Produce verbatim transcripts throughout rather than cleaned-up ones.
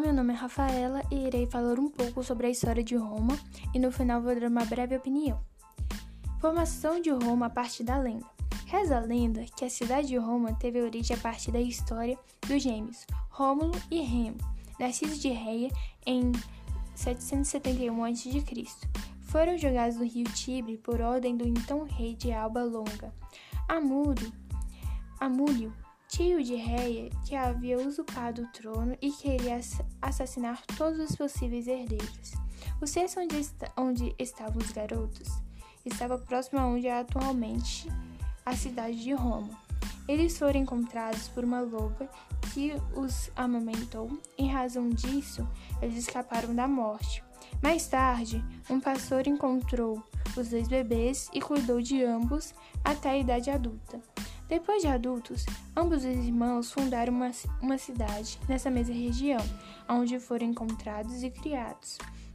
meu nome é Rafaela e irei falar um pouco sobre a história de Roma e no final vou dar uma breve opinião. Formação de Roma a partir da lenda. Reza a lenda que a cidade de Roma teve origem a partir da história dos gêmeos Rômulo e Remo, nascidos de Reia em setecentos e setenta e um antes de Cristo Foram jogados no rio Tibre por ordem do então rei de Alba Longa, Amúlio, Amúlio tio de Reia, que havia usurpado o trono e queria assassinar todos os possíveis herdeiros. O cesto onde, est- onde estavam os garotos estava próximo a onde é atualmente a cidade de Roma. Eles foram encontrados por uma loba que os amamentou. Em razão disso, eles escaparam da morte. Mais tarde, um pastor encontrou os dois bebês e cuidou de ambos até a idade adulta. Depois de adultos, ambos os irmãos fundaram uma, uma cidade nessa mesma região, onde foram encontrados e criados.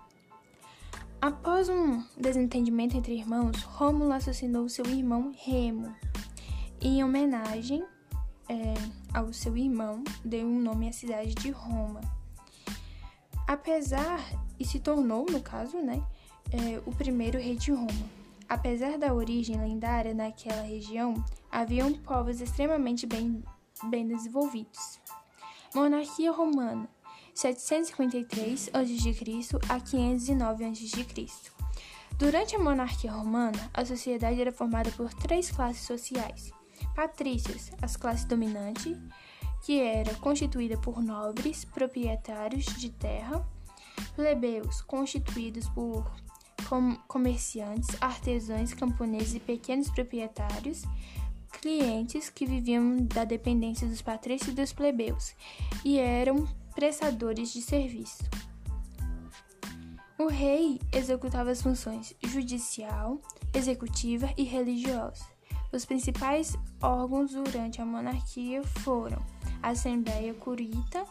Após um desentendimento entre irmãos, Rômulo assassinou seu irmão Remo. Em homenagem é, ao seu irmão, deu um nome à cidade de Roma. Apesar, e se tornou, no caso, né, é, o primeiro rei de Roma. Apesar da origem lendária naquela região, haviam povos extremamente bem, bem desenvolvidos. Monarquia Romana, setecentos e cinquenta e três antes de Cristo a quinhentos e nove antes de Cristo Durante a monarquia romana, a sociedade era formada por três classes sociais. Patrícios, as classes dominantes, que era constituída por nobres, proprietários de terra. Plebeus, constituídos por com- comerciantes, artesãos, camponeses e pequenos proprietários. Clientes, que viviam da dependência dos patrícios e dos plebeus, e eram prestadores de serviço. O rei executava as funções judicial, executiva e religiosa. Os principais órgãos durante a monarquia foram a Assembleia Curuíta,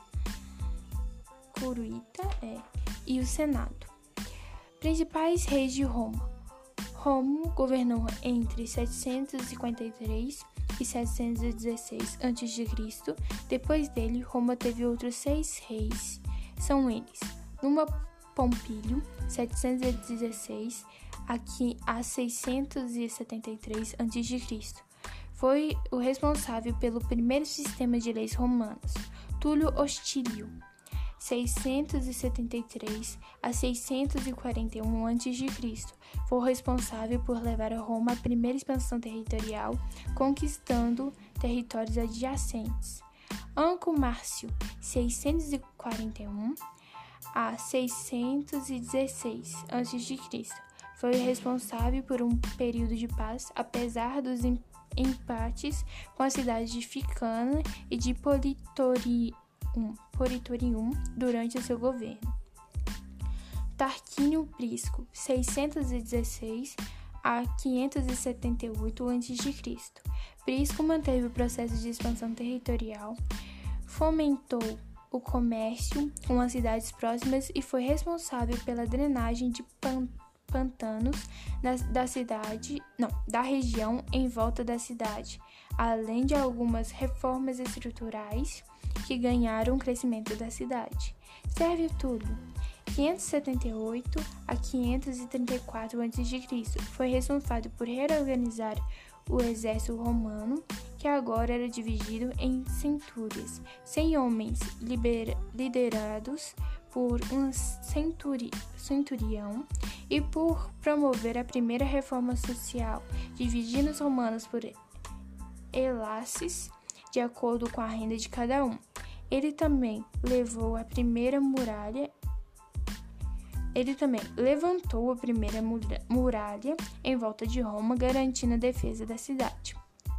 Curuíta é, e o Senado. Principais reis de Roma. Rômulo governou entre setecentos e cinquenta e três e setecentos e dezesseis antes de Cristo Depois dele, Roma teve outros seis reis. São eles: Numa Pompílio, setecentos e dezesseis a seiscentos e setenta e três antes de Cristo Foi o responsável pelo primeiro sistema de leis romanas. Túlio Hostílio, seiscentos e setenta e três a seiscentos e quarenta e um antes de Cristo Foi o responsável por levar a Roma à primeira expansão territorial, conquistando territórios adjacentes. Anco Márcio, seiscentos e quarenta e um a seiscentos e dezesseis antes de Cristo Foi o responsável por um período de paz, apesar dos empates com as cidades de Ficana e de Politori Um, Politorium durante o seu governo. Tarquínio Prisco, seiscentos e dezesseis a quinhentos e setenta e oito antes de Cristo Prisco manteve o processo de expansão territorial, fomentou o comércio com as cidades próximas e foi responsável pela drenagem de pan- pantanos da, da cidade, não, da região em volta da cidade, além de algumas reformas estruturais que ganharam o crescimento da cidade. Sérvio Túlio, quinhentos e setenta e oito a quinhentos e trinta e quatro antes de Cristo Foi responsável por reorganizar o exército romano, que agora era dividido em centúrias, cem homens liber- liderados por um centuri- centurião, e por promover a primeira reforma social, dividindo os romanos por classes de acordo com a renda de cada um. Ele também levou a primeira muralha Ele também levantou a primeira muralha em volta de Roma, garantindo a defesa da cidade.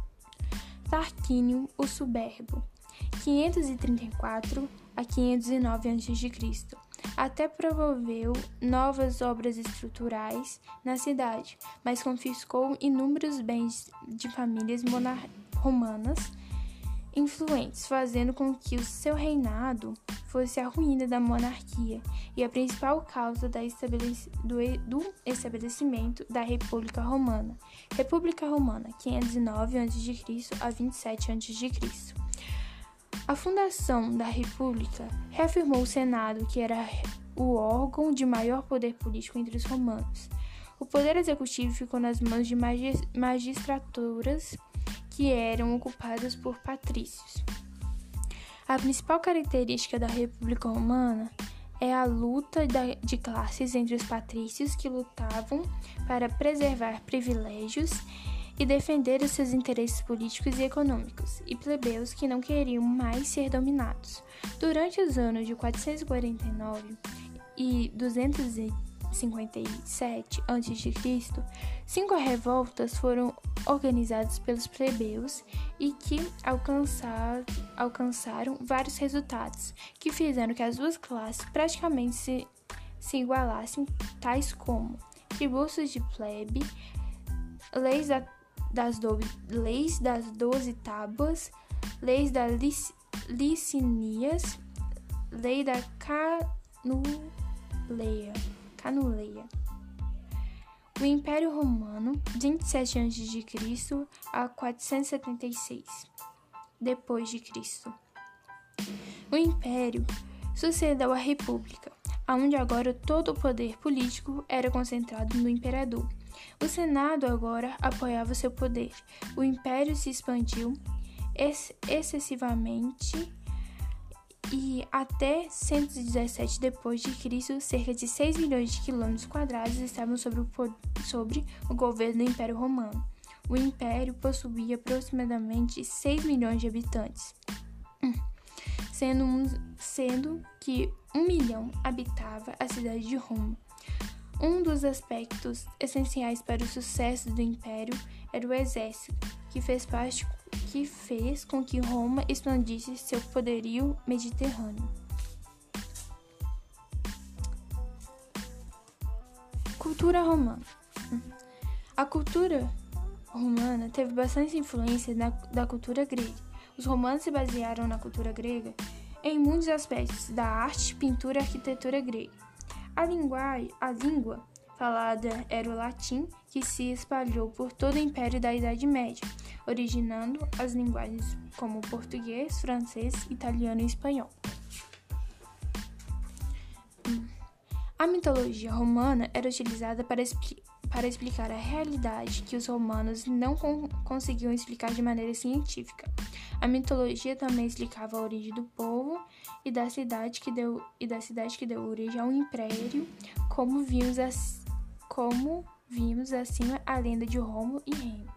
Tarquínio o Soberbo, quinhentos e trinta e quatro a quinhentos e nove antes de Cristo Até promoveu novas obras estruturais na cidade, mas confiscou inúmeros bens de famílias monar- romanas influentes, fazendo com que o seu reinado fosse a ruína da monarquia e a principal causa da estabelec- do, e- do estabelecimento da República Romana. República Romana, quinhentos e nove antes de Cristo a vinte e sete antes de Cristo A fundação da República reafirmou o Senado, que era o órgão de maior poder político entre os romanos. O poder executivo ficou nas mãos de magistraturas que eram ocupadas por patrícios. A principal característica da República Romana é a luta de classes entre os patrícios, que lutavam para preservar privilégios e defender os seus interesses políticos e econômicos, e plebeus que não queriam mais ser dominados. Durante os anos de quatrocentos e quarenta e nove e duzentos e cinquenta e sete antes de Cristo, cinco revoltas foram organizadas pelos plebeus e que alcançar, alcançaram vários resultados, que fizeram que as duas classes praticamente se, se igualassem, tais como tributos de plebe, leis, da, das, do, leis das doze tábuas, leis das lic, licinias, lei da canuleia. Canuleia. O Império Romano, vinte e sete antes de Cristo a quatrocentos e setenta e seis depois de Cristo. O Império sucedeu à República, onde agora todo o poder político era concentrado no imperador. O Senado agora apoiava seu poder. O Império se expandiu ex- excessivamente e até cento e dezessete depois de Cristo, cerca de seis milhões de quilômetros quadrados estavam sobre o, sobre o governo do Império Romano. O Império possuía aproximadamente seis milhões de habitantes, sendo, um, sendo que um milhão habitava a cidade de Roma. Um dos aspectos essenciais para o sucesso do Império era o exército, que fez parte que fez com que Roma expandisse seu poderio mediterrâneo. Cultura romana. A cultura romana teve bastante influência na, da cultura grega. Os romanos se basearam na cultura grega em muitos aspectos da arte, pintura e arquitetura grega. A, linguagem, a língua falada era o latim, que se espalhou por todo o Império da Idade Média, originando as linguagens como português, francês, italiano e espanhol. A mitologia romana era utilizada para, expli- para explicar a realidade que os romanos não con- conseguiam explicar de maneira científica. A mitologia também explicava a origem do povo e da cidade que deu, e da cidade que deu origem ao império, como vimos, as, como vimos acima a lenda de Rômulo e Remo.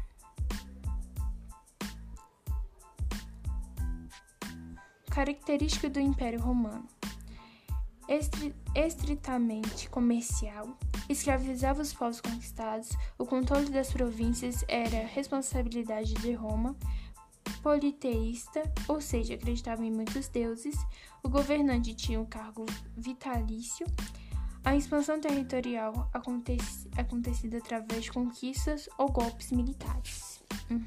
Característica do Império Romano: Estri- estritamente comercial, escravizava os povos conquistados, o controle das províncias era responsabilidade de Roma, politeísta, ou seja, acreditava em muitos deuses, o governante tinha um cargo vitalício, a expansão territorial aconteci- acontecida através de conquistas ou golpes militares. Hum.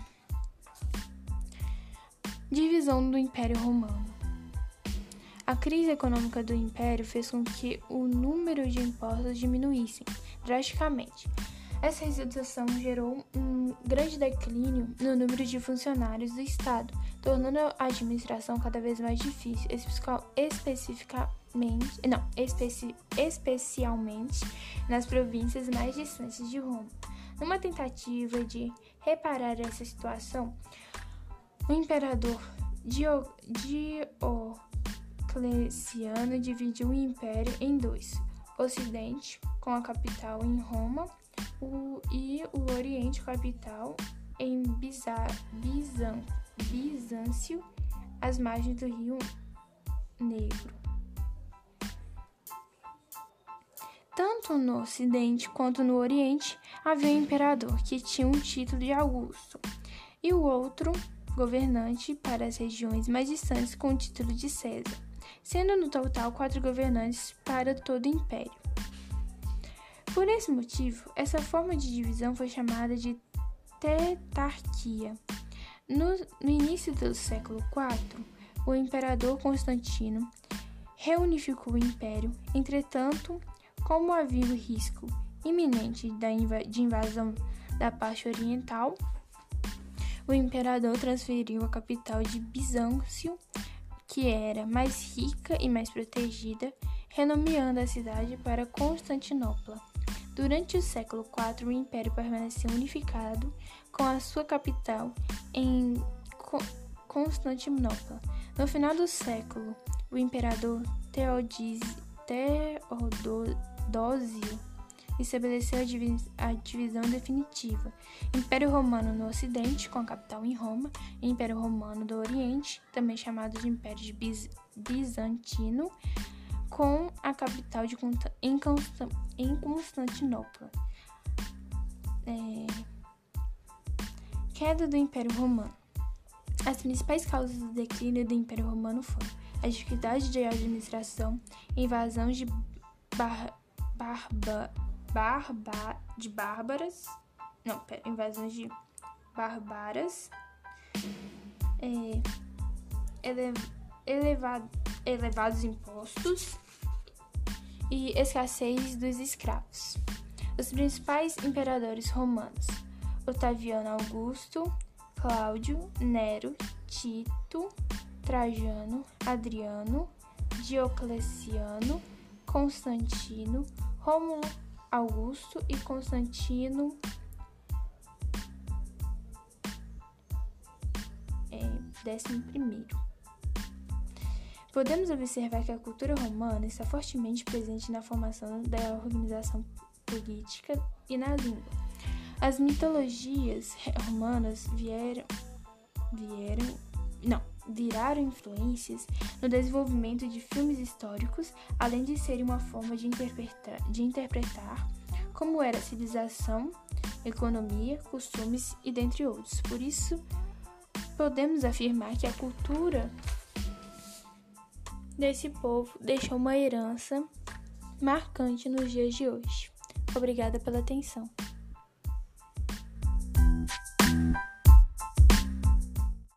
Divisão do Império Romano. A crise econômica do Império fez com que o número de impostos diminuísse drasticamente. Essa redução gerou um grande declínio no número de funcionários do Estado, tornando a administração cada vez mais difícil, especificamente, não, especi, especialmente nas províncias mais distantes de Roma. Numa tentativa de reparar essa situação, o imperador Dio, Diocleciano dividiu o império em dois: o Ocidente, com a capital em Roma, o, e o Oriente, capital em Bizan, Bizan, Bizâncio, às margens do Rio Negro. Tanto no Ocidente quanto no Oriente havia um imperador que tinha um título de Augusto, e o outro governante para as regiões mais distantes com o título de César, sendo no total quatro governantes para todo o império. Por esse motivo, essa forma de divisão foi chamada de tetrarquia. No, no início do século quatro, o imperador Constantino reunificou o império. Entretanto, como havia o risco iminente da inv- de invasão da parte oriental, o imperador transferiu a capital de Bizâncio, que era mais rica e mais protegida, renomeando a cidade para Constantinopla. Durante o século quatro, o império permaneceu unificado, com a sua capital em Constantinopla. No final do século, o imperador Teodísio estabeleceu a, divis- a divisão definitiva: Império Romano no Ocidente, com a capital em Roma, e Império Romano do Oriente, também chamado de Império de Biz- Bizantino, com a capital de Conta- em, Consta- em Constantinopla. É... Queda do Império Romano. As principais causas do declínio do Império Romano foram a dificuldade de administração, invasão de, bar- barba- barba- de bárbaras, não, pera, invasões de bárbaras, é, ele- eleva- elevados impostos e escassez dos escravos. Os principais imperadores romanos: Otaviano Augusto, Cláudio, Nero, Tito, Trajano, Adriano, Diocleciano, Constantino, Rômulo Augusto e Constantino é, décimo primeiro. Podemos observar que a cultura romana está fortemente presente na formação da organização política e na língua. As mitologias romanas vieram, vieram, não, viraram influências no desenvolvimento de filmes históricos, além de serem uma forma de interpretar, de interpretar como era a civilização, economia, costumes e dentre outros. Por isso, podemos afirmar que a cultura desse povo deixou uma herança marcante nos dias de hoje. Obrigada pela atenção.